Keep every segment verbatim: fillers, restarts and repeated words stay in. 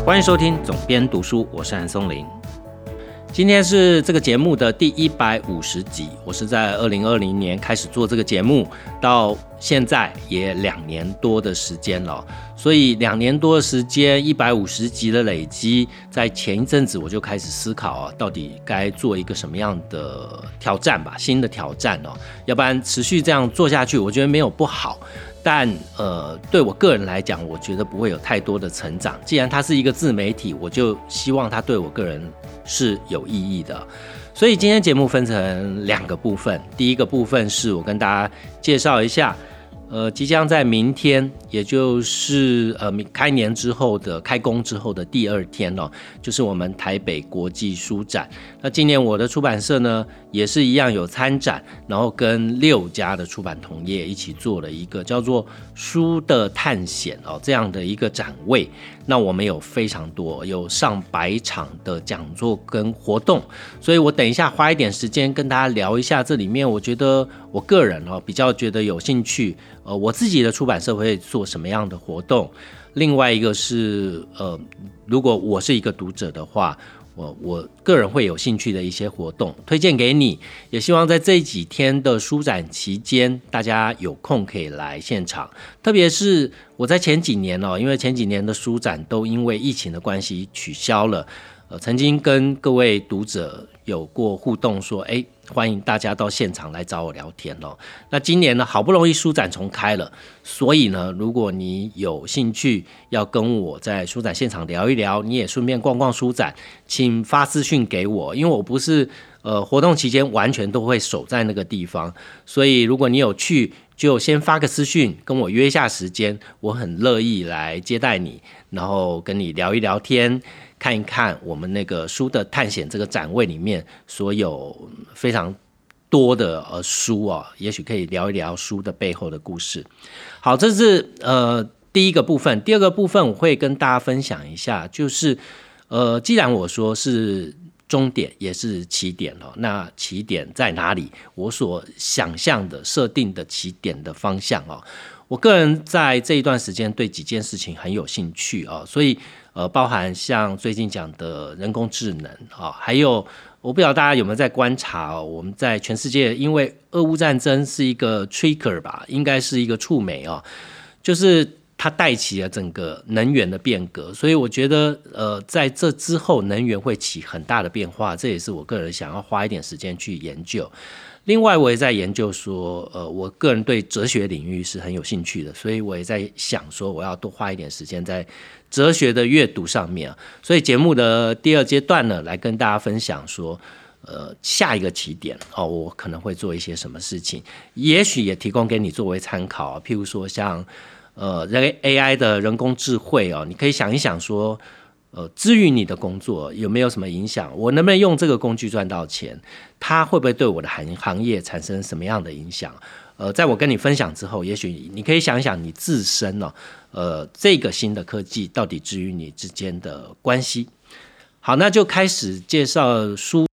欢迎收听总编读书，我是韩松林。今天是这个节目的第一百五十集，我是在二零二零年开始做这个节目，到现在也两年多的时间了，所以两年多的时间，一百五十集的累积，在前一阵子我就开始思考啊，到底该做一个什么样的挑战吧，新的挑战哦，要不然持续这样做下去，我觉得没有不好。但呃，对我个人来讲，我觉得不会有太多的成长。既然它是一个自媒体，我就希望它对我个人是有意义的。所以今天节目分成两个部分，第一个部分是我跟大家介绍一下，呃，即将在明天，也就是呃开年之后的开工之后的第二天哦，就是我们台北国际书展。那今年我的出版社呢，也是一样有参展，然后跟六家的出版同业一起做了一个叫做书的探险哦这样的一个展位。那我们有非常多，有上百场的讲座跟活动，所以我等一下花一点时间跟大家聊一下这里面，我觉得我个人哦比较觉得有兴趣，呃，我自己的出版社会做什么样的活动。另外一个是，呃，如果我是一个读者的话，我我个人会有兴趣的一些活动推荐给你，也希望在这几天的书展期间，大家有空可以来现场。特别是我在前几年哦，因为前几年的书展都因为疫情的关系取消了，呃，曾经跟各位读者有过互动说，哎，欢迎大家到现场来找我聊天哦。那今年呢，好不容易书展重开了，所以呢，如果你有兴趣要跟我在书展现场聊一聊，你也顺便逛逛书展，请发私讯给我，因为我不是呃活动期间完全都会守在那个地方，所以如果你有去，就先发个私讯跟我约一下时间，我很乐意来接待你，然后跟你聊一聊天，看一看我们那个书的探险这个展位里面所有非常多的呃书啊，也许可以聊一聊书的背后的故事。好，这是呃第一个部分。第二个部分我会跟大家分享一下，就是呃既然我说是终点也是起点了，那起点在哪里？我所想象的设定的起点的方向哦，我个人在这一段时间对几件事情很有兴趣哦，所以呃，包含像最近讲的人工智能啊、哦，还有我不知道大家有没有在观察哦，我们在全世界，因为俄乌战争是一个 trigger 吧，应该是一个触媒哦，就是它带起了整个能源的变革，所以我觉得呃，在这之后能源会起很大的变化，这也是我个人想要花一点时间去研究。另外我也在研究说呃，我个人对哲学领域是很有兴趣的，所以我也在想说我要多花一点时间在哲学的阅读上面啊。所以节目的第二阶段呢，来跟大家分享说呃，下一个起点哦，我可能会做一些什么事情，也许也提供给你作为参考啊，譬如说像呃 A I 的人工智慧哦，你可以想一想说呃，至于你的工作有没有什么影响？我能不能用这个工具赚到钱？它会不会对我的行行业产生什么样的影响？呃，在我跟你分享之后，也许你可以想一想你自身哦，呃，这个新的科技到底至于你之间的关系。好，那就开始介绍书。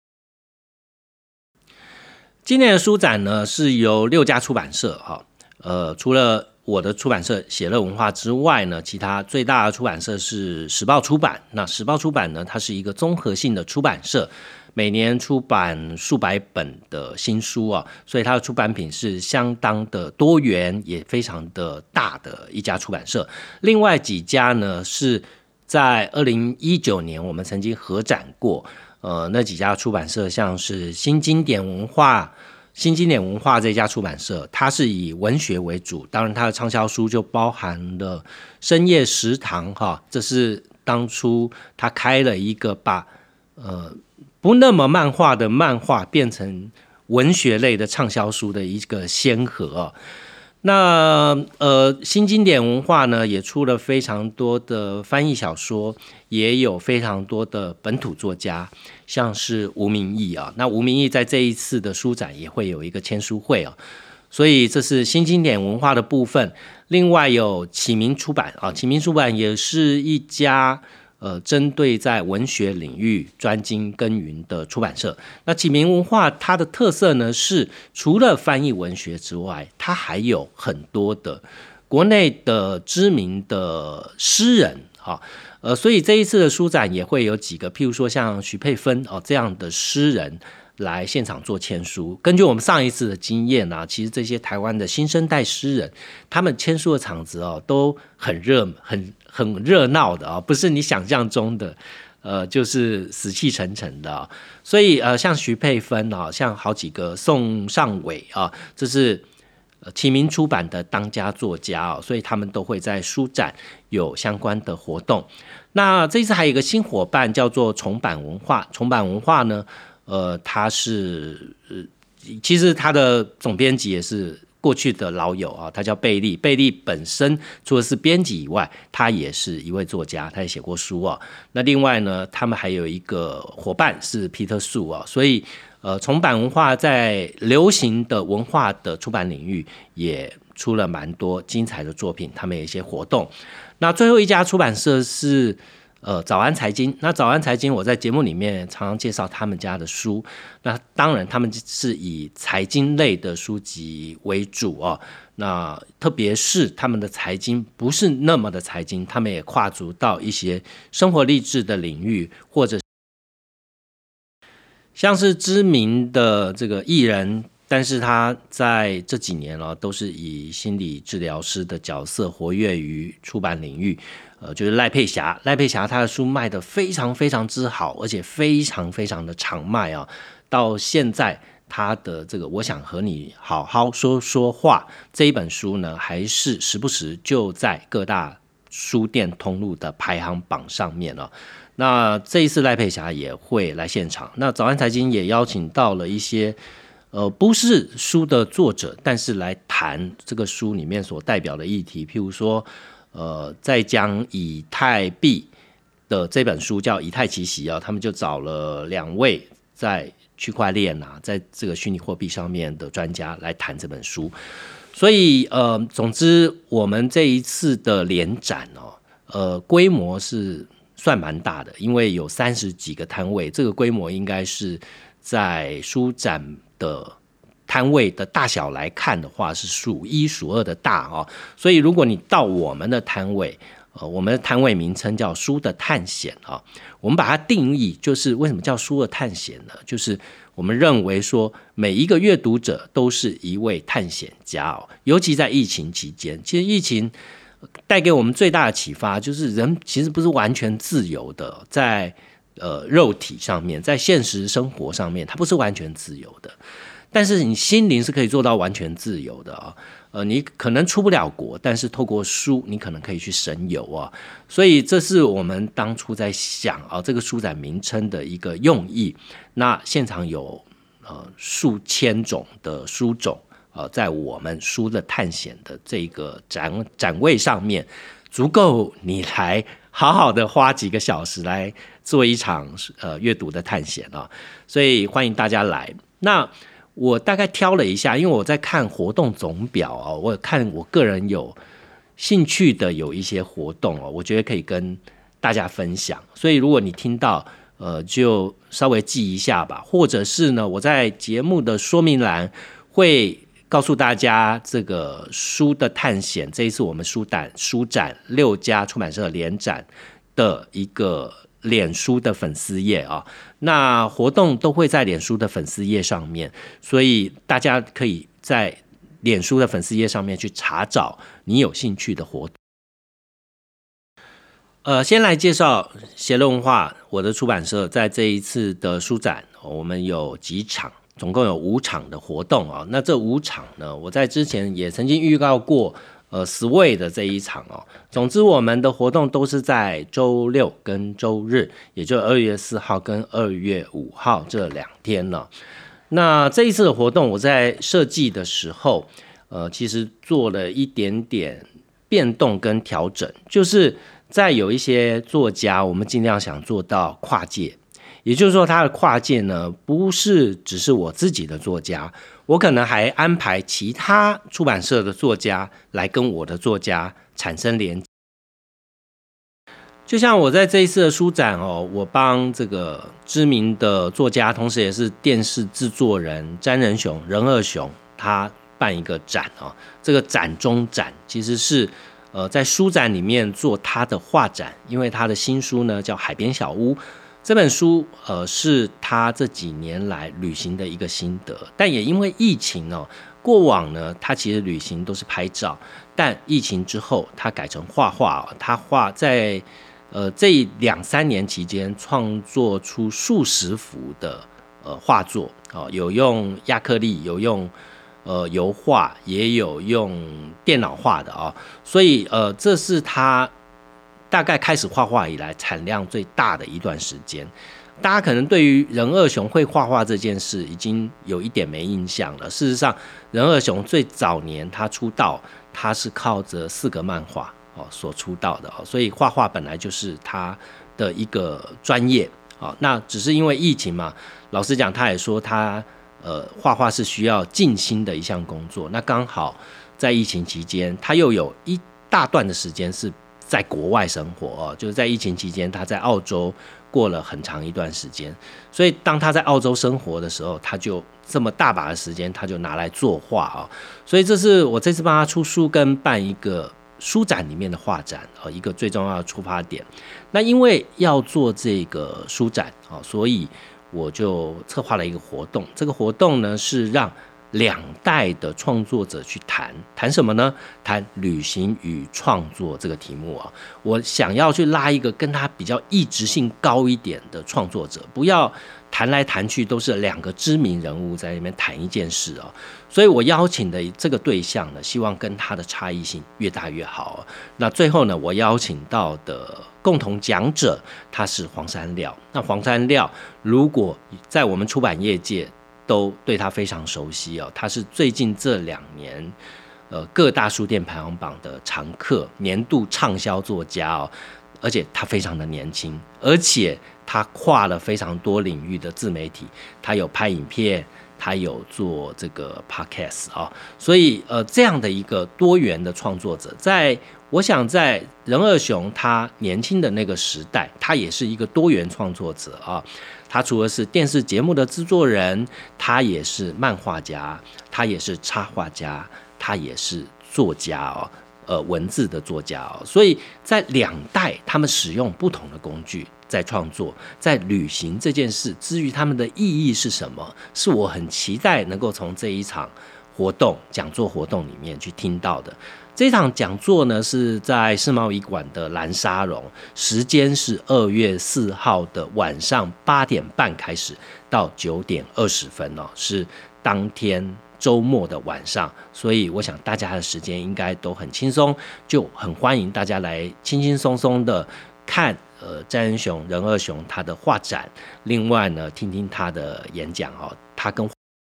今年的书展呢，是由六家出版社哈，呃，除了我的出版社写乐文化之外呢，其他最大的出版社是时报出版。那时报出版呢，它是一个综合性的出版社，每年出版数百本的新书啊，所以它的出版品是相当的多元，也非常的大的一家出版社。另外几家呢，是在二零一九年我们曾经合展过，呃，那几家出版社像是新经典文化。新经典文化这家出版社，它是以文学为主，当然它的畅销书就包含了深夜食堂哈，这是当初他开了一个把呃不那么漫画的漫画变成文学类的畅销书的一个先河哦。那呃，新经典文化呢，也出了非常多的翻译小说，也有非常多的本土作家，像是吴明益啊。那吴明益在这一次的书展也会有一个签书会啊，所以这是新经典文化的部分。另外有启明出版啊，启明出版也是一家呃，针对在文学领域专精耕耘的出版社。那启明文化它的特色呢，是除了翻译文学之外，它还有很多的国内的知名的诗人哈、哦。呃，所以这一次的书展也会有几个，譬如说像徐佩芬哦这样的诗人来现场做签书。根据我们上一次的经验啊，其实这些台湾的新生代诗人，他们签书的场子哦都很热、很很热闹的啊、哦，不是你想象中的。呃，就是死气沉沉的、哦，所以呃，像徐佩芬啊、哦，像好几个宋尚伟啊、哦，这是呃启明出版的当家作家哦，所以他们都会在书展有相关的活动。那这一次还有一个新伙伴叫做重版文化，重版文化呢，呃，他是呃，其实他的总编辑也是过去的老友啊，他叫贝利。贝利本身除了是编辑以外，他也是一位作家，他也写过书啊。那另外呢，他们还有一个伙伴是皮特树啊，所以呃，重版文化在流行的文化的出版领域也出了蛮多精彩的作品，他们有一些活动。那最后一家出版社是呃，早安财经。那早安财经，我在节目里面常常介绍他们家的书。那当然，他们是以财经类的书籍为主哦。那特别是他们的财经不是那么的财经，他们也跨足到一些生活励志的领域，或者像是知名的这个艺人。但是他在这几年了、哦，都是以心理治疗师的角色活跃于出版领域，呃，就是赖佩霞。赖佩霞她的书卖得非常非常之好，而且非常非常的常卖啊、哦。到现在，她的这个我想和你好好说说话这一本书呢，还是时不时就在各大书店通路的排行榜上面了、哦。那这一次赖佩霞也会来现场，那早安财经也邀请到了一些。呃，不是书的作者，但是来谈这个书里面所代表的议题，譬如说，呃，在讲以太币的这本书叫《以太奇袭》啊，他们就找了两位在区块链啊，在这个虚拟货币上面的专家来谈这本书。所以，呃，总之，我们这一次的联展哦，呃，规模是算蛮大的，因为有三十几个摊位，这个规模应该是在书展的摊位的大小来看的话，是数一数二的大哦。所以如果你到我们的摊位，呃，我们的摊位名称叫书的探险啊、哦，我们把它定义就是为什么叫书的探险呢？就是我们认为说每一个阅读者都是一位探险家哦，尤其在疫情期间，其实疫情带给我们最大的启发就是人其实不是完全自由的，在呃，肉体上面，在现实生活上面，它不是完全自由的，但是你心灵是可以做到完全自由的啊、哦。呃，你可能出不了国，但是透过书，你可能可以去神游啊、哦。所以这是我们当初在想啊、哦，这个书展名称的一个用意。那现场有呃数千种的书种，呃，在我们书的探险的这个展展位上面，足够你来好好的花几个小时来做一场呃阅读的探险啊，所以欢迎大家来。那我大概挑了一下，因为我在看活动总表啊，我看我个人有兴趣的有一些活动哦，我觉得可以跟大家分享。所以如果你听到呃，就稍微记一下吧，或者是呢，我在节目的说明栏会告诉大家这个书的探险，这一次我们书展书展六家出版社联展的一个脸书的粉丝页啊，那活动都会在脸书的粉丝页上面，所以大家可以在脸书的粉丝页上面去查找你有兴趣的活动。呃，先来介绍协乐文化，我的出版社在这一次的书展，我们有几场。总共有五场的活动啊，那这五场呢，我在之前也曾经预告过，呃，Sway 的这一场哦。总之，我们的活动都是在周六跟周日，也就二月四号跟二月五号这两天了。那这一次的活动，我在设计的时候，呃，其实做了一点点变动跟调整，就是在有一些作家，我们尽量想做到跨界。也就是说，它的跨界呢，不是只是我自己的作家，我可能还安排其他出版社的作家来跟我的作家产生连接。就像我在这一次的书展哦，我帮这个知名的作家，同时也是电视制作人詹仁雄、任二雄，他办一个展哦。这个展中展其实是呃，在书展里面做他的画展，因为他的新书呢叫《海边小屋》。这本书呃是他这几年来旅行的一个心得，但也因为疫情哦，过往呢他其实旅行都是拍照，但疫情之后他改成画画、哦，他画在呃这两三年期间创作出数十幅的呃画作哦，有用亚克力，有用呃油画，也有用电脑画的啊、哦，所以呃这是他大概开始画画以来产量最大的一段时间。大家可能对于任二雄会画画这件事已经有一点没印象了。事实上，任二雄最早年他出道，他是靠着四格漫画哦所出道的哦，所以画画本来就是他的一个专业哦。那只是因为疫情嘛，老实讲，他也说他呃画画是需要静心的一项工作。那刚好在疫情期间，他又有一大段的时间是在国外生活哦，就是在疫情期间，他在澳洲过了很长一段时间，所以当他在澳洲生活的时候，他就这么大把的时间，他就拿来作画啊、哦。所以这是我这次帮他出书跟办一个书展里面的画展啊、哦，一个最重要的出发点。那因为要做这个书展啊、哦，所以我就策划了一个活动。这个活动呢是让两代的创作者去谈谈什么呢？谈旅行与创作这个题目啊。我想要去拉一个跟他比较异质性高一点的创作者，不要谈来谈去都是两个知名人物在那边谈一件事啊。所以我邀请的这个对象呢，希望跟他的差异性越大越好、啊。那最后呢，我邀请到的共同讲者他是黄山料。那黄山料如果在我们出版业界都对他非常熟悉哦，他是最近这两年，呃，各大书店排行榜的常客，年度畅销作家哦，而且他非常的年轻，而且他跨了非常多领域的自媒体，他有拍影片，他有做这个 podcast 啊、哦，所以呃，这样的一个多元的创作者，在我想在任二雄他年轻的那个时代，他也是一个多元创作者啊、哦。他除了是电视节目的制作人，他也是漫画家，他也是插画家，他也是作家哦，呃，文字的作家哦。所以在两代，他们使用不同的工具在创作，在旅行这件事，至于他们的意义是什么，是我很期待能够从这一场活动、讲座活动里面去听到的。这场讲座呢是在世贸一馆的蓝沙龙，时间是二月四号的晚上八点半开始到九点二十分哦，是当天周末的晚上，所以我想大家的时间应该都很轻松，就很欢迎大家来轻轻松松的看呃詹恩雄、任二雄他的画展，另外呢听听他的演讲哦，他跟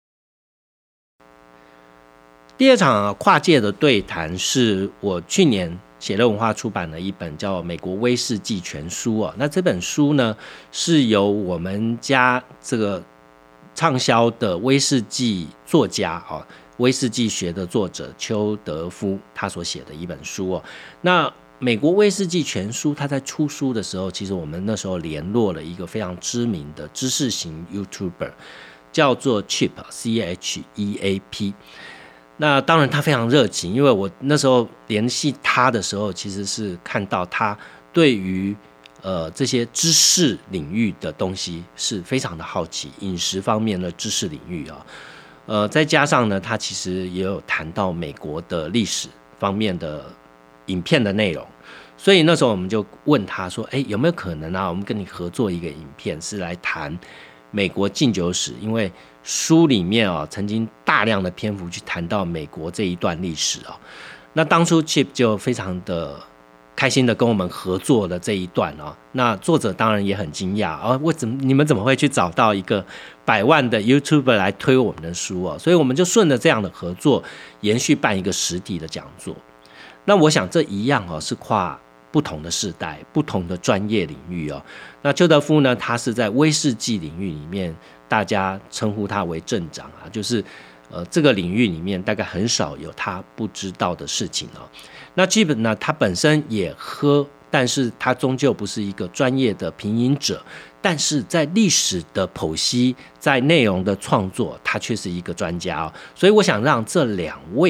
第二场跨界的对谈是我去年写乐文化出版了一本叫《美国威士忌全书》哦，那这本书呢是由我们家这个畅销的威士忌作家哦，威士忌学的作者邱德夫他所写的一本书哦。那美国威士忌全书他在出书的时候，其实我们那时候联络了一个非常知名的知识型 YouTuber， 叫做 Cheap C H E A P。那当然他非常热情，因为我那时候联系他的时候，其实是看到他对于呃这些知识领域的东西是非常的好奇，饮食方面的知识领域啊，呃再加上呢，他其实也有谈到美国的历史方面的影片的内容，所以那时候我们就问他说，哎，有没有可能啊，我们跟你合作一个影片，是来谈美国禁酒史，因为书里面啊、哦，曾经大量的篇幅去谈到美国这一段历史啊、哦。那当初 Chip 就非常的开心的跟我们合作了这一段啊、哦。那作者当然也很惊讶啊，为什么你们怎么会去找到一个百万的 YouTuber 来推我们的书啊？所以我们就顺着这样的合作，延续办一个实体的讲座。那我想这一样哦，是跨不同的世代、不同的专业领域哦。那邱德夫呢，他是在威士忌领域里面。大家称呼他为镇长啊，就是呃这个领域里面大概很少有他不知道的事情哦。那基本呢，他本身也喝，但是他终究不是一个专业的品饮者，但是在历史的剖析，在内容的创作，他却是一个专家哦。所以我想让这两位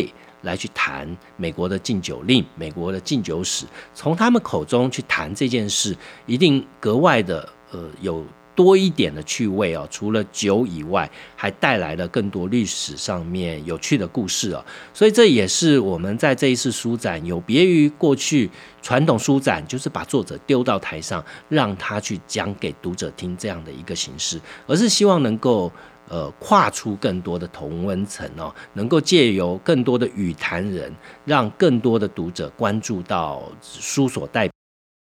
来去谈美国的禁酒令、美国的禁酒史，从他们口中去谈这件事，一定格外的呃有多一点的趣味哦。除了酒以外，还带来了更多历史上面有趣的故事哦。所以这也是我们在这一次书展有别于过去传统书展，就是把作者丢到台上，让他去讲给读者听这样的一个形式，而是希望能够呃跨出更多的同温层哦，能够借由更多的语坛人，让更多的读者关注到书所代表。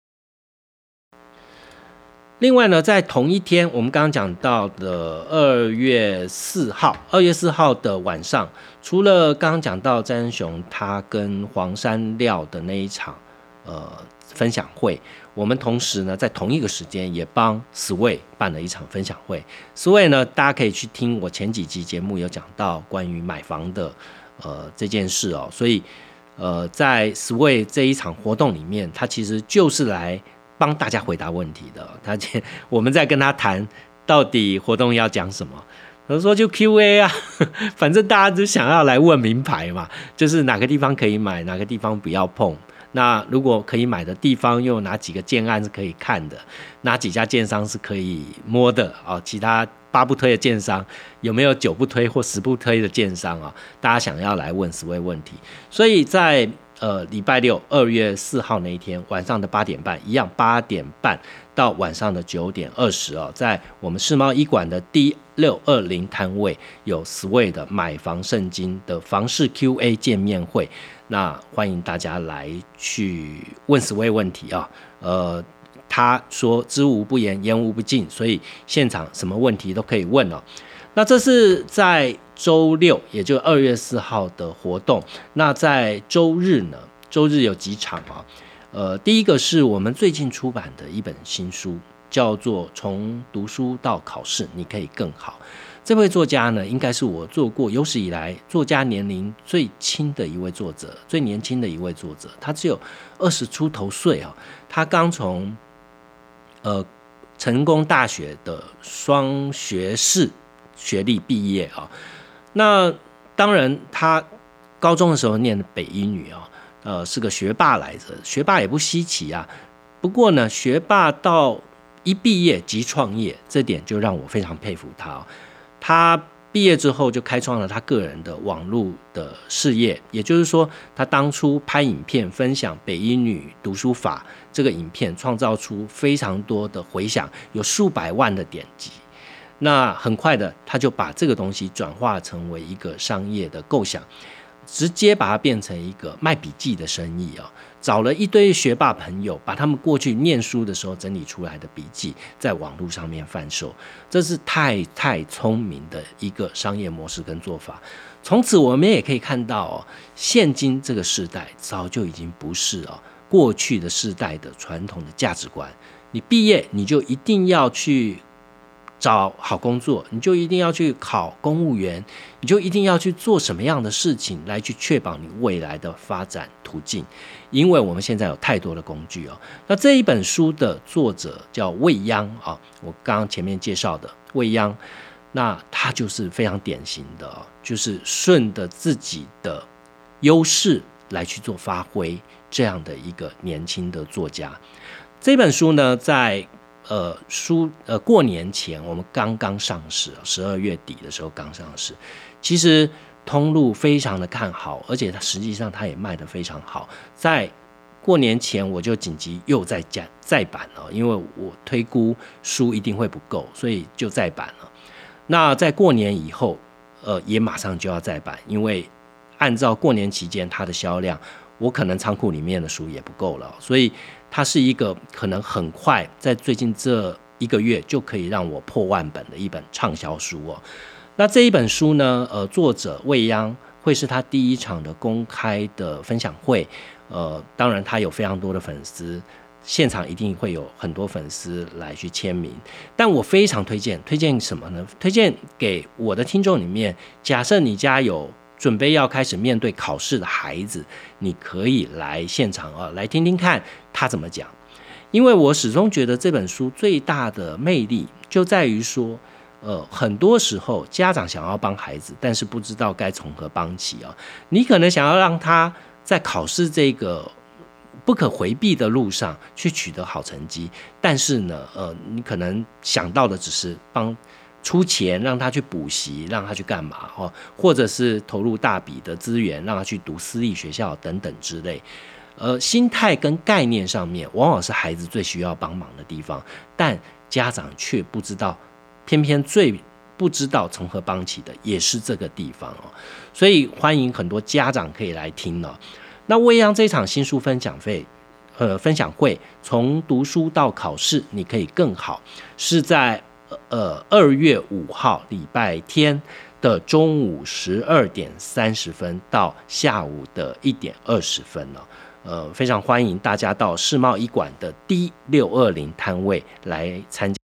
另外呢，在同一天，我们刚刚讲到的二月四号，二月四号的晚上，除了刚刚讲到詹雄他跟黄山料的那一场呃分享会，我们同时呢在同一个时间也帮 Sway 办了一场分享会。Sway 呢，大家可以去听我前几集节目有讲到关于买房的呃这件事哦，所以呃在 Sway 这一场活动里面，他其实就是来帮大家回答问题的。他我们在跟他谈到底活动要讲什么，他说就 Q A 啊，反正大家都想要来问名牌嘛，就是哪个地方可以买，哪个地方不要碰。那如果可以买的地方，又有哪几个建案是可以看的，哪几家建商是可以摸的啊？其他八不推的建商有没有九不推或十不推的建商啊？大家想要来问十位问题，所以在呃礼拜六二月四号那一天晚上的八点半，一样八点半到晚上的九点二十哦，在我们世贸一馆的 D 六二零摊位有 Sway 的买房圣经的房市 Q A 见面会。那欢迎大家来去问 Sway 问题啊，呃，他说知无不言，言无不尽，所以现场什么问题都可以问哦。那这是在周六，也就二月四号的活动。那在周日呢？周日有几场啊？呃，第一个是我们最近出版的一本新书，叫做《从读书到考试，你可以更好》。这位作家呢，应该是我做过有史以来作家年龄最轻的一位作者，最年轻的一位作者。他只有二十出头岁啊，他刚从呃成功大学的双学士学历毕业啊。那当然，他高中的时候念的北一女啊，呃是个学霸来着，学霸也不稀奇啊。不过呢，学霸到一毕业即创业，这点就让我非常佩服他哦。他毕业之后就开创了他个人的网络的事业，也就是说，他当初拍影片分享北一女读书法这个影片，创造出非常多的回响，有数百万的点击。那很快的，他就把这个东西转化成为一个商业的构想，直接把它变成一个卖笔记的生意啊！找了一堆学霸朋友，把他们过去念书的时候整理出来的笔记，在网络上面贩售，这是太太聪明的一个商业模式跟做法。从此我们也可以看到哦，现今这个时代早就已经不是哦过去的世代的传统的价值观。你毕业你就一定要去找好工作，你就一定要去考公务员，你就一定要去做什么样的事情来去确保你未来的发展途径，因为我们现在有太多的工具哦。那这一本书的作者叫未央啊，我刚刚前面介绍的未央，那他就是非常典型的哦，就是顺着自己的优势来去做发挥，这样的一个年轻的作家。这本书呢，在呃，书呃过年前我们刚刚上市，十二月底的时候刚上市，其实通路非常的看好，而且它实际上它也卖得非常好。在过年前我就紧急又再加再版了，因为我推估书一定会不够，所以就再版了。那在过年以后，呃，也马上就要再版，因为按照过年期间它的销量，我可能仓库里面的书也不够了，所以它是一个可能很快在最近这一个月就可以让我破万本的一本畅销书哦。那这一本书呢，呃，作者未央会是他第一场的公开的分享会，呃，当然他有非常多的粉丝，现场一定会有很多粉丝来去签名。但我非常推荐，推荐什么呢？推荐给我的听众里面，假设你家有准备要开始面对考试的孩子，你可以来现场啊，来听听看他怎么讲。因为我始终觉得这本书最大的魅力就在于说， 呃，很多时候家长想要帮孩子，但是不知道该从何帮起啊。你可能想要让他在考试这个不可回避的路上去取得好成绩，但是呢，呃，你可能想到的只是帮出钱让他去补习，让他去干嘛哦，或者是投入大笔的资源让他去读私立学校等等之类。呃，心态跟概念上面，往往是孩子最需要帮忙的地方，但家长却不知道。偏偏最不知道从何帮起的也是这个地方哦，所以欢迎很多家长可以来听哦。那未央这场新书分享会，呃，分享会从读书到考试，你可以更好，是在呃二月五号礼拜天的中午十二点三十分到下午的一点二十分哦。呃，非常欢迎大家到世贸一馆的 D 六二零摊位来参加。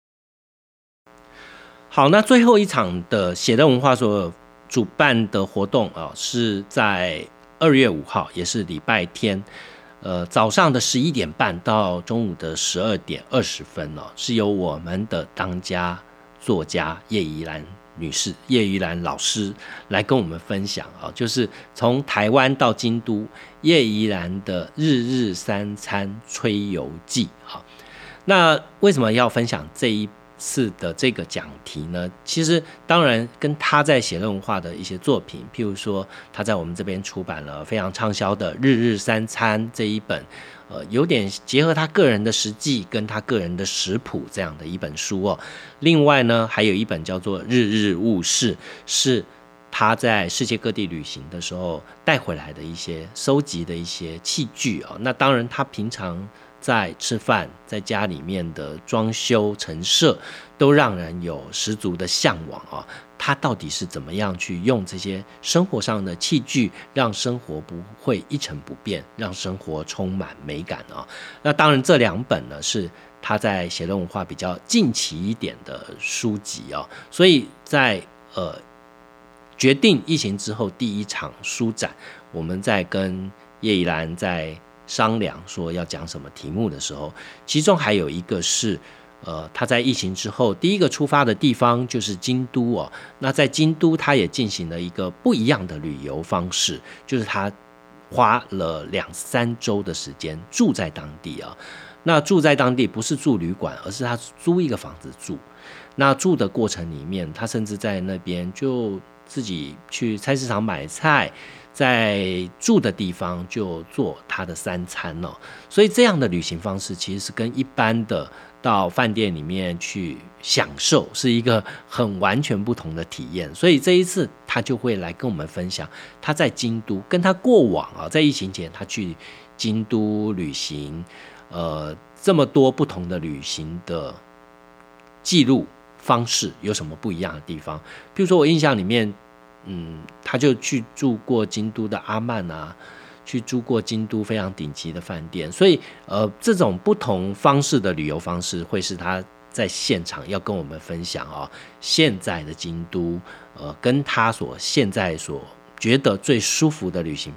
好，那最后一场的写乐文化所主办的活动啊，是在二月五号，也是礼拜天，呃，早上的十一点半到中午的十二点二十分哦，是由我们的当家作家叶宜兰女士、叶宜兰老师来跟我们分享啊，就是从台湾到京都，叶宜兰的日日三餐吹游记啊。那为什么要分享这一次的这个讲题呢？其实当然跟他在写乐文化的一些作品，譬如说他在我们这边出版了非常畅销的《日日三餐》这一本，呃，有点结合他个人的实际跟他个人的食谱这样的一本书哦。另外呢，还有一本叫做《日日物事》，是他在世界各地旅行的时候带回来的一些收集的一些器具哦。那当然他平常在吃饭，在家里面的装修陈设，都让人有十足的向往啊！他到底是怎么样去用这些生活上的器具，让生活不会一成不变，让生活充满美感啊？那当然，这两本呢是他在写乐文化比较近期一点的书籍啊，所以在呃决定疫情之后第一场书展，我们在跟叶宜兰在商量说要讲什么题目的时候，其中还有一个是，呃，他在疫情之后第一个出发的地方就是京都哦。那在京都，他也进行了一个不一样的旅游方式，就是他花了两三周的时间住在当地啊。那住在当地不是住旅馆，而是他租一个房子住。那住的过程里面，他甚至在那边就自己去菜市场买菜。在住的地方就做他的三餐哦，所以这样的旅行方式其实是跟一般的到饭店里面去享受是一个很完全不同的体验。所以这一次他就会来跟我们分享他在京都跟他过往啊，在疫情前他去京都旅行，呃，这么多不同的旅行的记录方式有什么不一样的地方？比如说我印象里面。嗯，他就去住过京都的阿曼啊，去住过京都非常顶级的饭店，所以呃，这种不同方式的旅游方式，会是他在现场要跟我们分享啊、哦，现在的京都，呃，跟他所现在所觉得最舒服的旅行。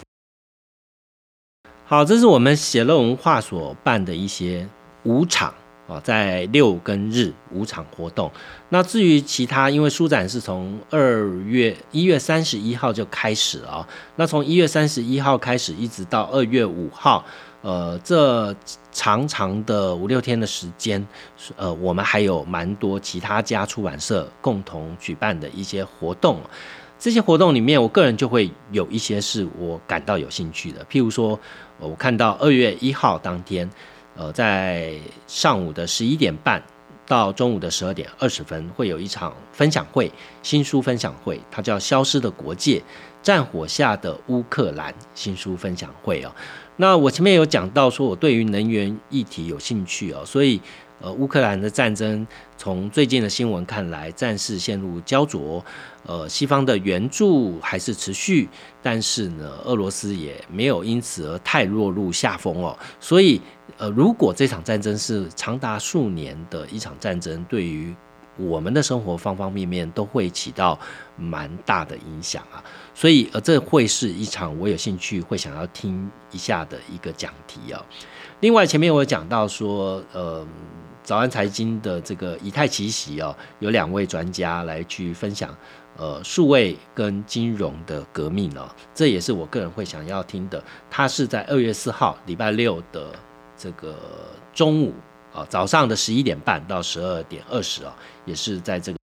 好，这是我们写乐文化所办的一些舞场。在六跟日五场活动。那至于其他，因为书展是从二月一月三十一号就开始了、哦，那从一月三十一号开始一直到二月五号，呃，这长长的五六天的时间，呃，我们还有蛮多其他家出版社共同举办的一些活动。这些活动里面，我个人就会有一些是我感到有兴趣的，譬如说，我看到二月一号当天。呃，在上午的十一点半到中午的十二点二十分，会有一场分享会，新书分享会，它叫《消失的国界：战火下的乌克兰》新书分享会哦。那我前面有讲到说，我对于能源议题有兴趣哦，所以呃，乌克兰的战争从最近的新闻看来，战事陷入焦灼，呃，西方的援助还是持续，但是呢，俄罗斯也没有因此而太落入下风哦，所以。呃，如果这场战争是长达数年的一场战争，对于我们的生活方方面面都会起到蛮大的影响啊。所以，呃，这会是一场我有兴趣会想要听一下的一个讲题啊。另外，前面我有讲到说，呃， 早安财经的这个以太奇袭哦，有两位专家来去分享呃数位跟金融的革命哦，这也是我个人会想要听的。他是在二月四号礼拜六的这个中午啊、哦，早上的十一点半到十二点二十啊，也是在这个。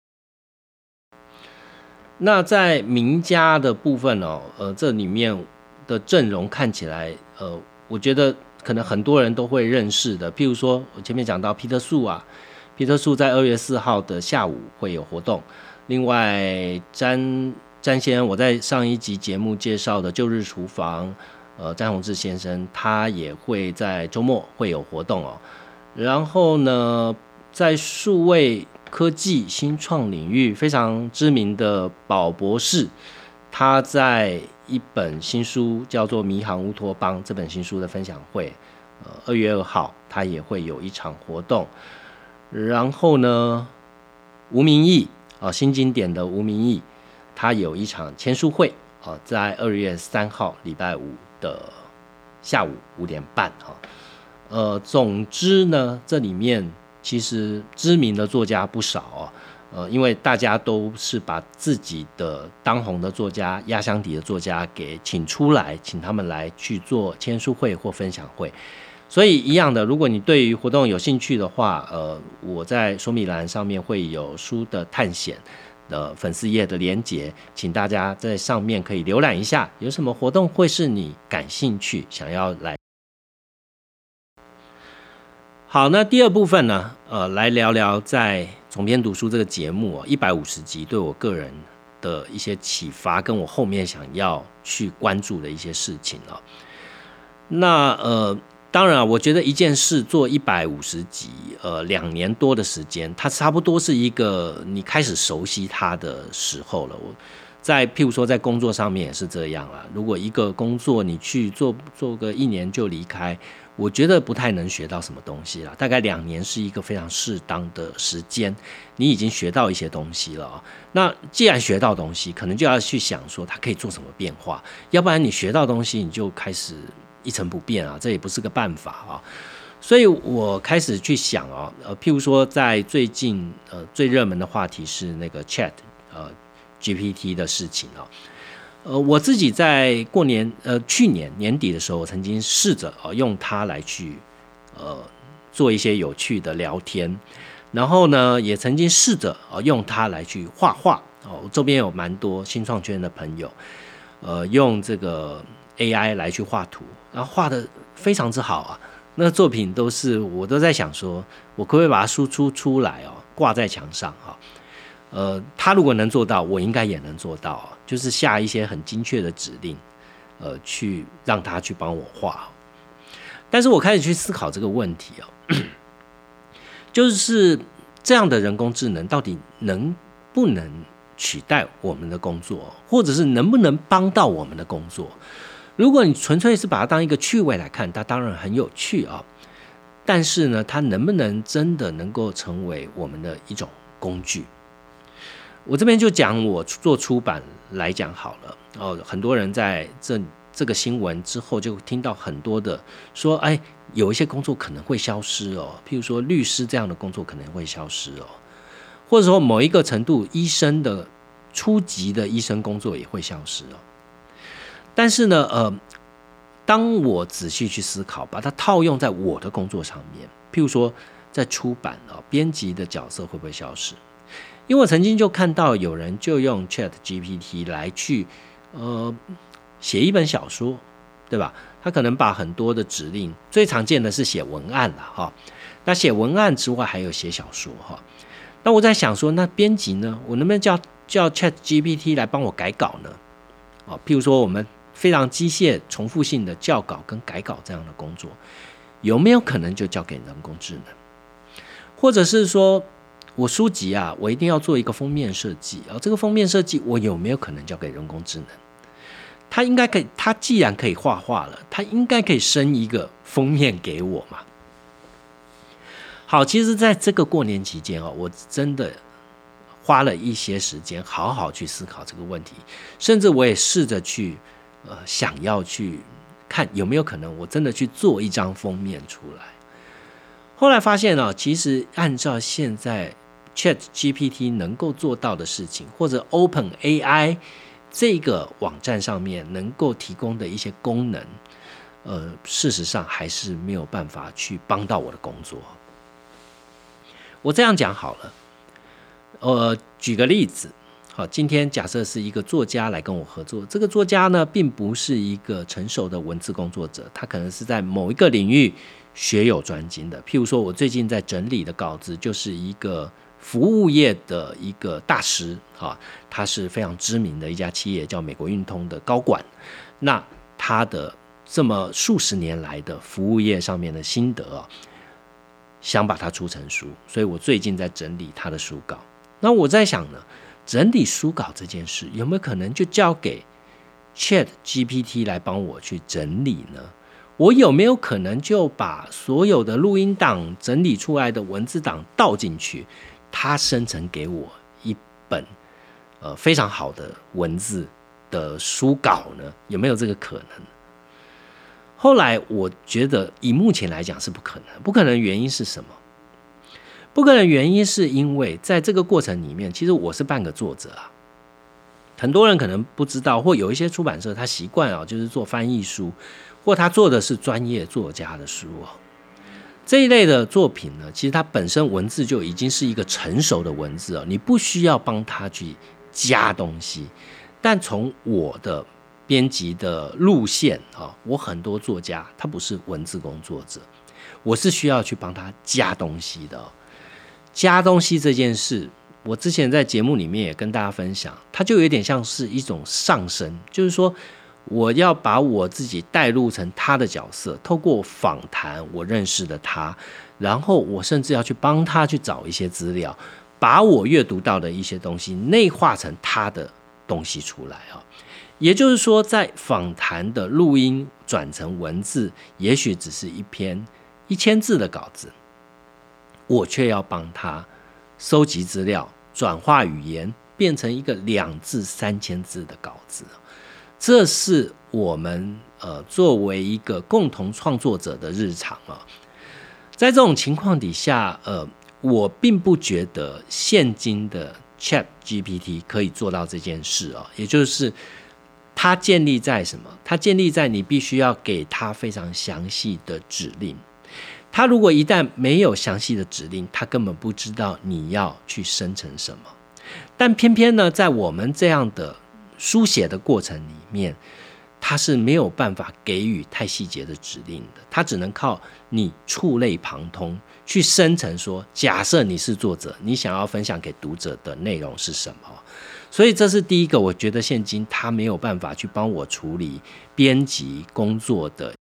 那在名家的部分哦，呃，这里面的阵容看起来，呃，我觉得可能很多人都会认识的。譬如说，我前面讲到皮特树啊，皮特树在二月四号的下午会有活动。另外，詹詹先生，我在上一集节目介绍的旧日厨房，呃，詹宏志先生，他也会在周末会有活动哦。然后呢，在数位科技新创领域非常知名的宝博士，他在一本新书叫做《迷航乌托邦》这本新书的分享会，呃，二月二号他也会有一场活动。然后呢，吴明义啊、呃，新经典的吴明义，他有一场签书会啊、呃，在二月三号礼拜五的下午五点半哈。呃，总之呢，这里面其实知名的作家不少哦，呃，因为大家都是把自己的当红的作家、压箱底的作家给请出来，请他们来去做签书会或分享会。所以一样的，如果你对于活动有兴趣的话，呃，我在说明栏上面会有书的探险的粉丝页的连结，请大家在上面可以浏览一下，有什么活动会是你感兴趣想要来。好，那第二部分呢，呃，来聊聊在总编读书这个节目哦，一百五十集对我个人的一些启发，跟我后面想要去关注的一些事情哦。那呃，当然，我觉得一件事做一百五十集，呃，两年多的时间，它差不多是一个你开始熟悉它的时候了。我在譬如说在工作上面也是这样啦。如果一个工作你去做做个一年就离开，我觉得不太能学到什么东西啦。大概两年是一个非常适当的时间，你已经学到一些东西了、哦。那既然学到东西，可能就要去想说它可以做什么变化，要不然你学到东西你就开始一成不变啊，这也不是个办法啊。所以我开始去想啊，呃，譬如说在最近呃最热门的话题是那个 Chat 呃 G P T 的事情啊。呃，我自己在过年，呃，去年年底的时候，我曾经试着呃用它来去呃做一些有趣的聊天，然后呢，也曾经试着呃用它来去画画哦。我周边有蛮多新创圈的朋友，呃，用这个 A I 来去画图，然后画的非常之好啊。那作品都是我都在想说，我可不可以把它输出出来哦，挂在墙上哈、哦。呃，他如果能做到，我应该也能做到、哦，就是下一些很精确的指令，呃，去让他去帮我画。但是我开始去思考这个问题哦，就是这样的人工智能到底能不能取代我们的工作，或者是能不能帮到我们的工作？如果你纯粹是把它当一个趣味来看，它当然很有趣啊、哦，但是呢，它能不能真的能够成为我们的一种工具？我这边就讲我做出版来讲好了哦，很多人在这这个新闻之后就听到很多的说，哎，有一些工作可能会消失哦，譬如说律师这样的工作可能会消失哦，或者说某一个程度医生的初级的医生工作也会消失哦。但是呢，呃，当我仔细去思考，把它套用在我的工作上面，譬如说在出版哦，编辑的角色会不会消失？因为我曾经就看到有人就用 Chat G P T 来去呃写一本小说，对吧？他可能把很多的指令，最常见的是写文案了哈。那写文案之外，还有写小说哈。那我在想说，那编辑呢？我能不能叫叫 Chat G P T 来帮我改稿呢？哦，譬如说我们非常机械、重复性的校稿跟改稿这样的工作，有没有可能就交给人工智能？或者是说，我书籍啊，我一定要做一个封面设计啊，这个封面设计我有没有可能交给人工智能？它应该可以，它既然可以画画了，它应该可以生一个封面给我嘛。好，其实在这个过年期间哦，我真的花了一些时间好好去思考这个问题，甚至我也试着去呃想要去看有没有可能我真的去做一张封面出来。 后来发现哦，其实按照现在 ChatGPT 能够做到的事情，或者 OpenAI 这个网站上面能够提供的一些功能，呃，事实上还是没有办法去帮到我的工作。我这样讲好了，呃，举个例子，好，今天假设是一个作家来跟我合作，这个作家呢，并不是一个成熟的文字工作者，他可能是在某一个领域学有专精的。譬如说，我最近在整理的稿子，就是一个服务业的一个大师，啊，他是非常知名的一家企业，叫美国运通的高管。那他的这么数十年来的服务业上面的心得啊，想把它出成书，所以我最近在整理他的书稿。那我在想呢，整理书稿这件事有没有可能就交给 ChatGPT 来帮我去整理呢？我有没有可能就把所有的录音档整理出来的文字档倒进去，它生成给我一本呃非常好的文字的书稿呢？有没有这个可能？后来我觉得以目前来讲是不可能。不可能的原因是什么？不可能的原因是因为在这个过程里面，其实我是半个作者啊。很多人可能不知道，或有一些出版社他习惯啊，就是做翻译书，或他做的是专业作家的书啊。这一类的作品呢，其实它本身文字就已经是一个成熟的文字了，你不需要帮他去加东西。但从我的编辑的路线啊，我很多作家他不是文字工作者，我是需要去帮他加东西的。加东西这件事，我之前在节目里面也跟大家分享，它就有点像是一种上升，就是说我要把我自己带入成他的角色，透过访谈我认识的他，然后我甚至要去帮他去找一些资料，把我阅读到的一些东西内化成他的东西出来啊。也就是说，在访谈的录音转成文字，也许只是一篇一千字的稿子，我却要帮他收集资料，转化语言，变成一个两至三千字的稿子。这是我们呃作为一个共同创作者的日常啊。在这种情况底下，呃，我并不觉得现今的 ChatGPT 可以做到这件事啊，也就是它建立在什么？它建立在你必须要给它非常详细的指令。它如果一旦没有详细的指令，它根本不知道你要去生成什么。但偏偏呢，在我们这样的书写的过程里面，它是没有办法给予太细节的指令的，它只能靠你触类旁通去生成说，假设你是作者，你想要分享给读者的内容是什么。所以这是第一个，我觉得现今它没有办法去帮我处理编辑工作的。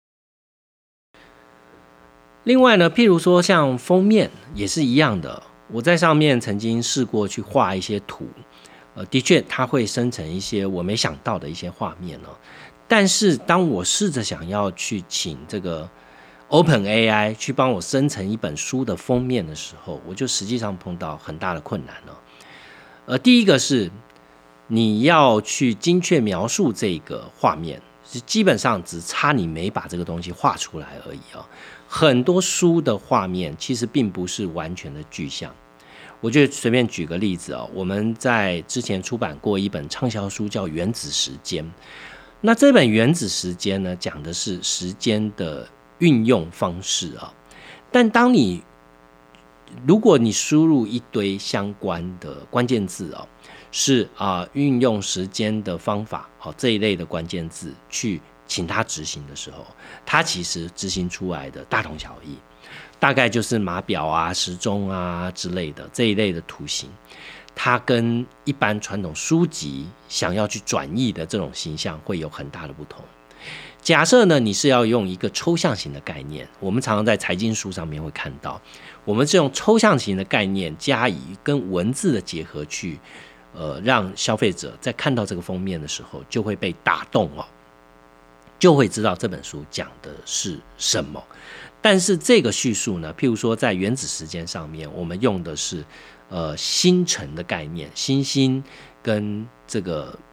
另外呢，譬如说像封面也是一样的，我在上面曾经试过去画一些图，呃，的确它会生成一些我没想到的一些画面哦。但是当我试着想要去请这个 OpenAI 去帮我生成一本书的封面的时候，我就实际上碰到很大的困难了。呃，第一个是你要去精确描述这个画面，基本上只差你没把这个东西画出来而已哦。很多书的画面其实并不是完全的具象。我就随便举个例子哦，我们在之前出版过一本畅销书叫《原子时间》。那这本《原子时间》呢，讲的是时间的运用方式啊。但当你如果你输入一堆相关的关键字哦，是啊、呃、运用时间的方法好、哦、这一类的关键字去请他执行的时候，他其实执行出来的大同小异，大概就是码表啊、时钟啊之类的这一类的图形，它跟一般传统书籍想要去转译的这种形象会有很大的不同。假设呢，你是要用一个抽象型的概念，我们常常在财经书上面会看到，我们这种抽象型的概念加以跟文字的结合去，呃，让消费者在看到这个封面的时候就会被打动哦，就会知道这本书讲的是什么。但是这个叙述呢，譬如说在原子时间上面，我们用的是呃星辰的概念，星星跟这个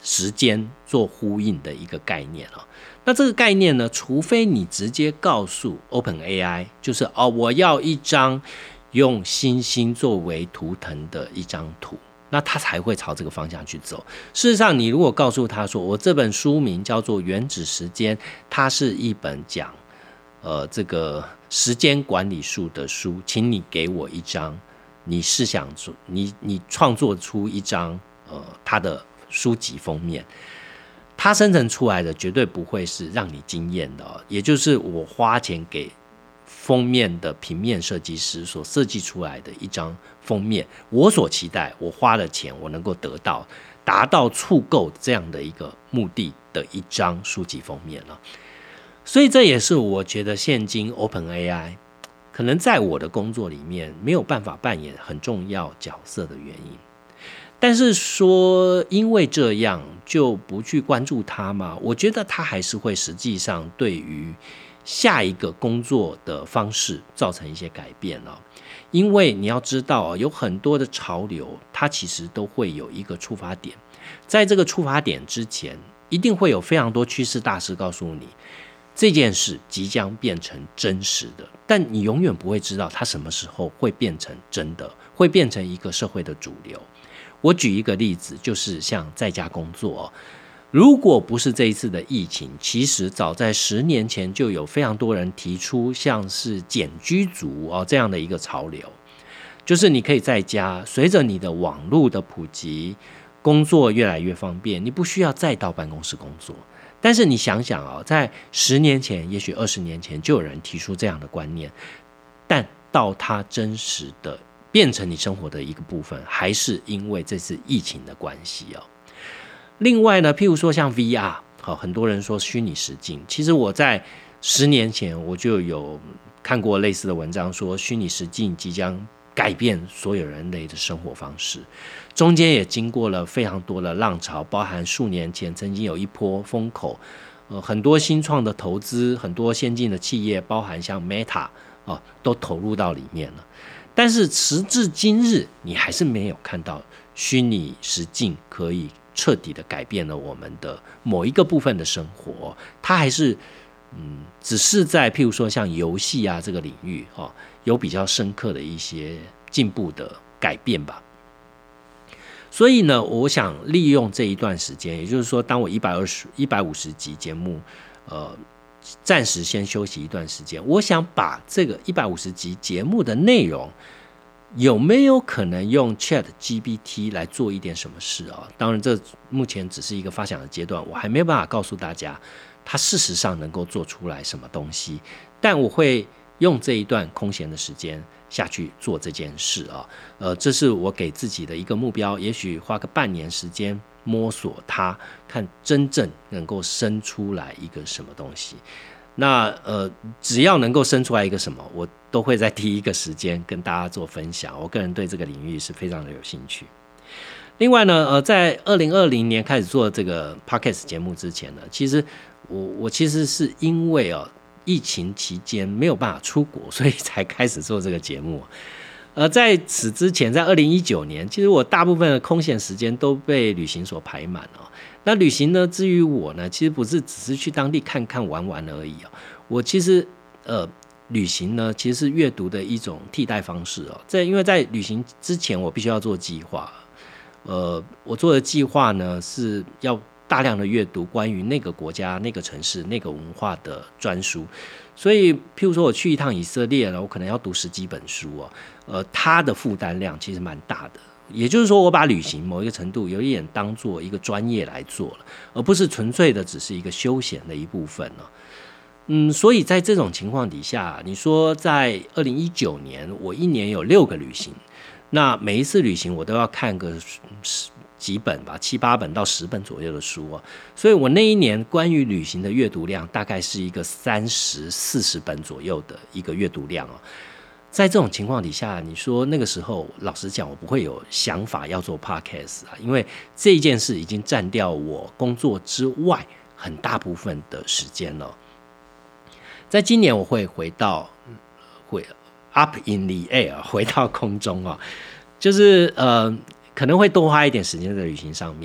时间做呼应的一个概念哦。那这个概念呢，除非你直接告诉 OpenAI， 就是哦，我要一张用星星作为图腾的一张图，那他才会朝这个方向去走。事实上，你如果告诉他说，我这本书名叫做《原子时间》，它是一本讲呃这个时间管理术的书，请你给我一张，你试想你你创作出一张呃它的书籍封面。它生成出来的绝对不会是让你惊艳的哦，也就是我花钱给封面的平面设计师所设计出来的一张封面，我所期待我花了钱我能够得到达到触购这样的一个目的的一张书籍封面了。所以这也是我觉得现今 OpenAI 可能在我的工作里面没有办法扮演很重要角色的原因。但是说因为这样就不去关注它吗？我觉得它还是会实际上对于下一个工作的方式造成一些改变了。因为你要知道有很多的潮流它其实都会有一个出发点，在这个出发点之前一定会有非常多趋势大师告诉你这件事即将变成真实的，但你永远不会知道它什么时候会变成真的，会变成一个社会的主流。我举一个例子，就是像在家工作哦，如果不是这一次的疫情，其实早在十年前就有非常多人提出像是简居族哦这样的一个潮流，就是你可以在家，随着你的网络的普及，工作越来越方便，你不需要再到办公室工作。但是你想想哦，在十年前，也许二十年前就有人提出这样的观念，但到它真实的变成你生活的一个部分，还是因为这次疫情的关系哦。另外呢，譬如说像 V R， 好，很多人说虚拟实境，其实我在十年前我就有看过类似的文章，说虚拟实境即将改变所有人类的生活方式。中间也经过了非常多的浪潮，包含数年前曾经有一波风口，呃，很多新创的投资，很多先进的企业，包含像 Meta 哦，都投入到里面了。但是时至今日，你还是没有看到虚拟实境可以彻底的改变了我们的某一个部分的生活，它还是嗯，只是在譬如说像游戏啊这个领域哦，有比较深刻的一些进步的改变吧。所以呢，我想利用这一段时间，也就是说，当我一百二十、一百五十集节目，呃。暂时先休息一段时间，我想把这个一百五十集节目的内容有没有可能用 Chat G P T 来做一点什么事啊？当然这目前只是一个发想的阶段，我还没有办法告诉大家它事实上能够做出来什么东西，但我会用这一段空闲的时间下去做这件事啊。呃，这是我给自己的一个目标，也许花个半年时间摸索它，看真正能够生出来一个什么东西。那呃，只要能够生出来一个什么，我都会在第一个时间跟大家做分享。我个人对这个领域是非常的有兴趣。另外呢，呃，在二零二零年开始做这个 Podcast 节目之前呢，其实我我其实是因为哦疫情期间没有办法出国，所以才开始做这个节目。呃，在此之前，在二零一九年，其实我大部分的空闲时间都被旅行所排满哦。那旅行呢，至于我呢，其实不是只是去当地看看玩玩而已哦。我其实呃，旅行呢，其实是阅读的一种替代方式哦。在因为在旅行之前，我必须要做计划。呃，我做的计划呢，是要大量的阅读关于那个国家、那个城市、那个文化的专书。所以，譬如说我去一趟以色列了，我可能要读十几本书哦。呃，它的负担量其实蛮大的。也就是说，我把旅行某一个程度有一点当做一个专业来做了，而不是纯粹的只是一个休闲的一部分了。嗯，所以在这种情况底下，你说在二零一九年，我一年有六个旅行，那每一次旅行我都要看个几本吧，七八本到十本左右的书哦。所以我那一年关于旅行的阅读量大概是一个三十四十本左右的一个阅读量哦。在这种情况底下，你说那个时候，老实讲，我不会有想法要做 podcast 啊，因为这一件事已经占掉我工作之外很大部分的时间了。在今年，我会回到会 up in the air， 回到空中啊，就是呃，可能会多花一点时间在旅行上面。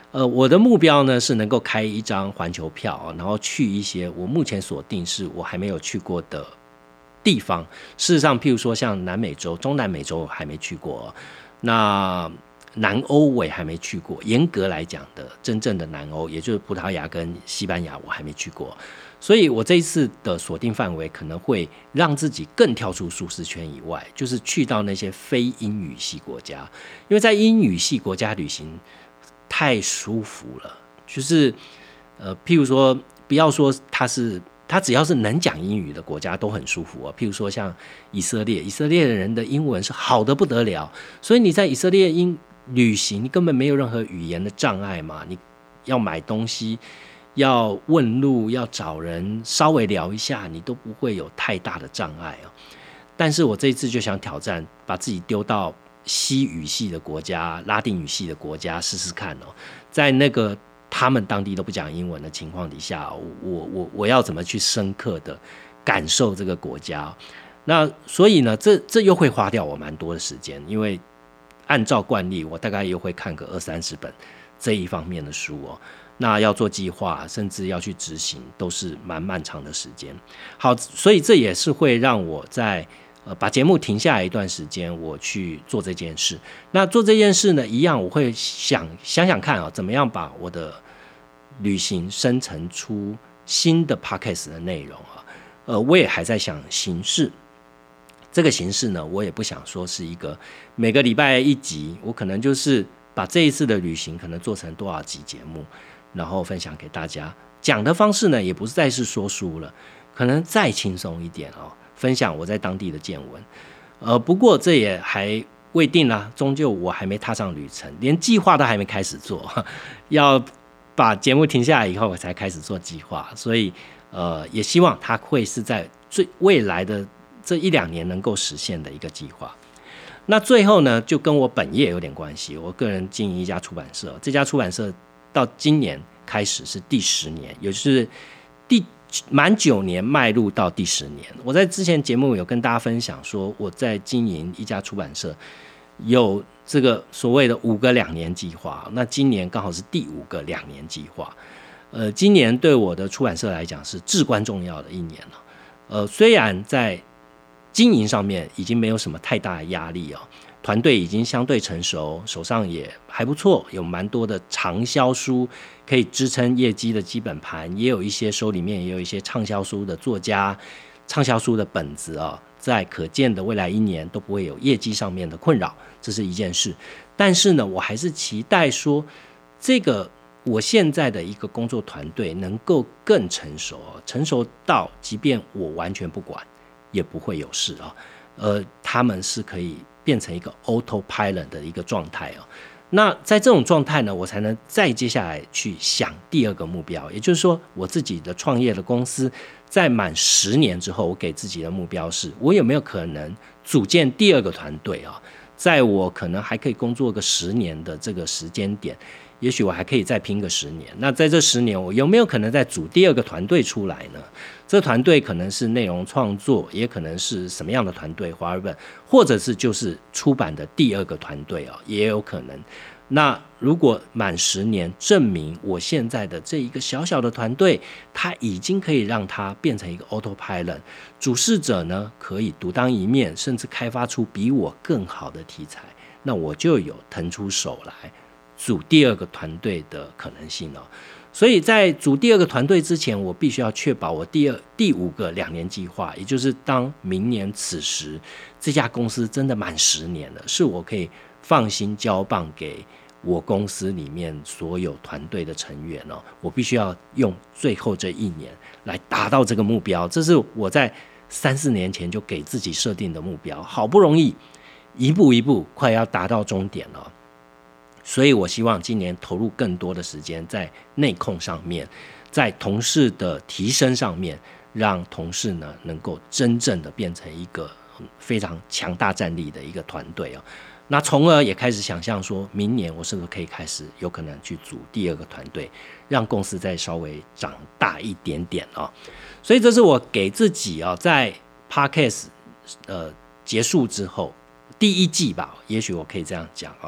呃，我的目标呢是能够开一张环球票，然后去一些我目前锁定是我还没有去过的地方。事实上，譬如说像南美洲、中南美洲我还没去过，那南欧我也还没去过。严格来讲的，真正的南欧，也就是葡萄牙跟西班牙，我还没去过。所以我这一次的锁定范围可能会让自己更跳出舒适圈以外，就是去到那些非英语系国家，因为在英语系国家旅行太舒服了，就是呃，譬如说，不要说它是，它只要是能讲英语的国家都很舒服哦。譬如说像以色列，以色列人的英文是好得不得了，所以你在以色列英旅行，你根本没有任何语言的障碍嘛。你要买东西，要问路，要找人稍微聊一下，你都不会有太大的障碍哦。但是我这一次就想挑战，把自己丢到西语系的国家、拉丁语系的国家试试看哦，在那个他们当地都不讲英文的情况底下，我我我要怎么去深刻的感受这个国家？那所以呢，这这又会花掉我蛮多的时间，因为按照惯例，我大概又会看个二三十本这一方面的书哦。那要做计划，甚至要去执行，都是蛮漫长的时间。好，所以这也是会让我在呃，把节目停下来一段时间，我去做这件事。那做这件事呢，一样我会想想想看啊，怎么样把我的旅行生成出新的 podcast 的内容啊。呃，我也还在想形式。这个形式呢，我也不想说是一个每个礼拜一集，我可能就是把这一次的旅行可能做成多少集节目，然后分享给大家。讲的方式呢，也不再是说书了，可能再轻松一点哦。分享我在当地的见闻，呃，不过这也还未定啦，终究我还没踏上旅程，连计划都还没开始做，要把节目停下来以后我才开始做计划，所以呃，也希望它会是在最未来的这一两年能够实现的一个计划。那最后呢，就跟我本业有点关系，我个人经营一家出版社，这家出版社到今年开始是第十年，也就是第满九年迈入到第十年。我在之前节目有跟大家分享说，我在经营一家出版社，有这个所谓的五个两年计划。那今年刚好是第五个两年计划。呃，今年对我的出版社来讲是至关重要的一年了。呃，虽然在经营上面已经没有什么太大的压力哦，团队已经相对成熟，手上也还不错，有蛮多的畅销书可以支撑业绩的基本盘，也有一些手里面也有一些畅销书的作家、畅销书的本子啊，在可见的未来一年都不会有业绩上面的困扰，这是一件事。但是呢，我还是期待说，这个我现在的一个工作团队能够更成熟，成熟到即便我完全不管，也不会有事啊。呃，他们是可以变成一个 autopilot 的一个状态哦。那在这种状态呢，我才能再接下来去想第二个目标，也就是说，我自己的创业的公司在满十年之后，我给自己的目标是，我有没有可能组建第二个团队啊？在我可能还可以工作个十年的这个时间点，也许我还可以再拼个十年。那在这十年，我有没有可能再组第二个团队出来呢？这个团队可能是内容创作，也可能是什么样的团队，华尔本，或者是就是出版的第二个团队啊，也有可能。那如果满十年，证明我现在的这一个小小的团队，它已经可以让它变成一个 autopilot， 主事者呢可以独当一面，甚至开发出比我更好的题材，那我就有腾出手来组第二个团队的可能性哦。所以在组第二个团队之前，我必须要确保我第二第五个两年计划，也就是当明年此时这家公司真的满十年了，是我可以放心交棒给我公司里面所有团队的成员哦。我必须要用最后这一年来达到这个目标，这是我在三四年前就给自己设定的目标，好不容易一步一步快要达到终点了。所以我希望今年投入更多的时间在内控上面，在同事的提升上面，让同事呢能够真正的变成一个非常强大战力的一个团队哦。那从而也开始想象说，明年我是不是可以开始有可能去组第二个团队，让公司再稍微长大一点点哦。所以这是我给自己哦，在 Podcast 呃结束之后第一季吧，也许我可以这样讲哦。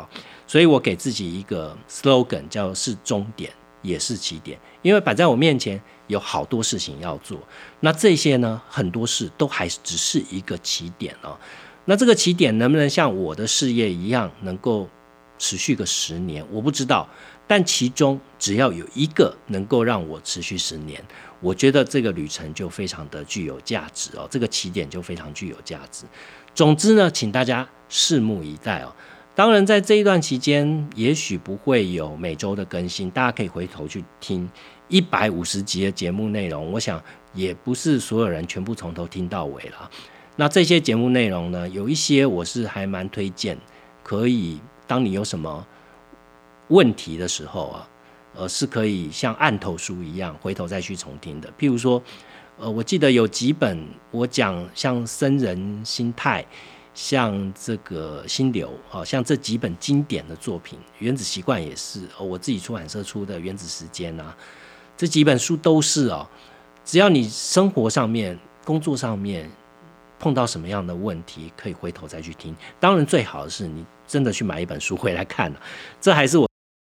所以我给自己一个 slogan 叫是终点也是起点，因为摆在我面前有好多事情要做，那这些呢很多事都还只是一个起点哦。那这个起点能不能像我的事业一样能够持续个十年，我不知道，但其中只要有一个能够让我持续十年，我觉得这个旅程就非常的具有价值哦，这个起点就非常具有价值。总之呢，请大家拭目以待哦。当然在这一段期间也许不会有每周的更新，大家可以回头去听一百五十集的节目内容，我想也不是所有人全部从头听到尾了。那这些节目内容呢，有一些我是还蛮推荐，可以当你有什么问题的时候啊，呃，是可以像案头书一样回头再去重听的。譬如说，呃，我记得有几本我讲像僧人心态，像这个心流，好、哦、像这几本经典的作品，原子习惯也是、哦、我自己出版社出的原子时间啊，这几本书都是哦，只要你生活上面、工作上面碰到什么样的问题，可以回头再去听。当然，最好的是你真的去买一本书回来看，这还是我。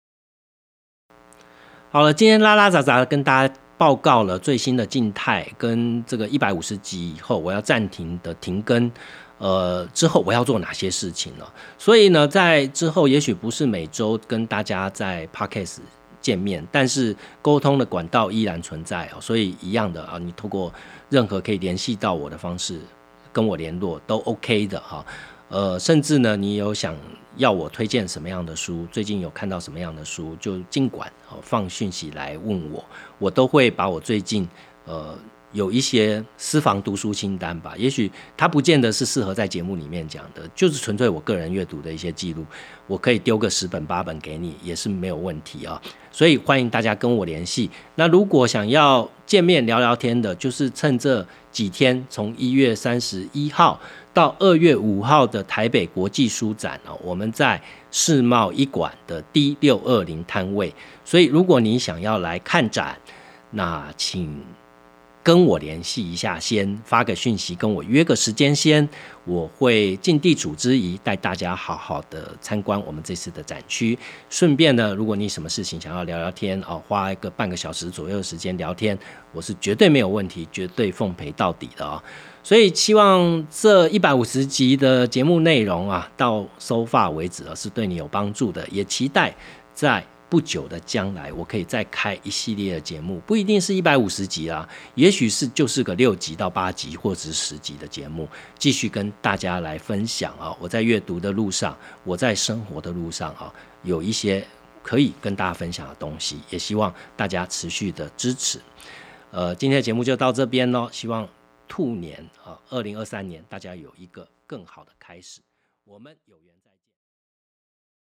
好了，今天拉拉杂杂跟大家报告了最新的静态，跟这个一百五十集以后我要暂停的停更，呃，之后我要做哪些事情了。所以呢，在之后也许不是每周跟大家在 Podcast 见面，但是沟通的管道依然存在哦。所以一样的啊，你透过任何可以联系到我的方式跟我联络都 OK 的哈。呃，甚至呢，你有想要我推荐什么样的书，最近有看到什么样的书，就尽管、哦、放讯息来问我，我都会把我最近呃有一些私房读书清单吧，也许它不见得是适合在节目里面讲的，就是纯粹我个人阅读的一些记录，我可以丢个十本八本给你也是没有问题啊。所以欢迎大家跟我联系。那如果想要见面聊聊天的，就是趁这几天，从一月三十一号到二月五号的台北国际书展哦，我们在世贸一馆的 D 六二零摊位，所以如果你想要来看展，那请跟我联系一下，先发个讯息跟我约个时间先，我会尽地主之谊带大家好好的参观我们这次的展区。顺便呢，如果你什么事情想要聊聊天、哦、花一个半个小时左右的时间聊天，我是绝对没有问题，绝对奉陪到底的哦。所以希望这一百五十集的节目内容啊，到收发为止啊，是对你有帮助的，也期待在不久的将来，我可以再开一系列的节目，不一定是一百五十集啦，也许是就是个六集到八集或者是十集的节目，继续跟大家来分享啊。我在阅读的路上，我在生活的路上啊，有一些可以跟大家分享的东西，也希望大家持续的支持。呃，今天的节目就到这边咯，希望兔年啊，二零二三年大家有一个更好的开始。我们有缘再见。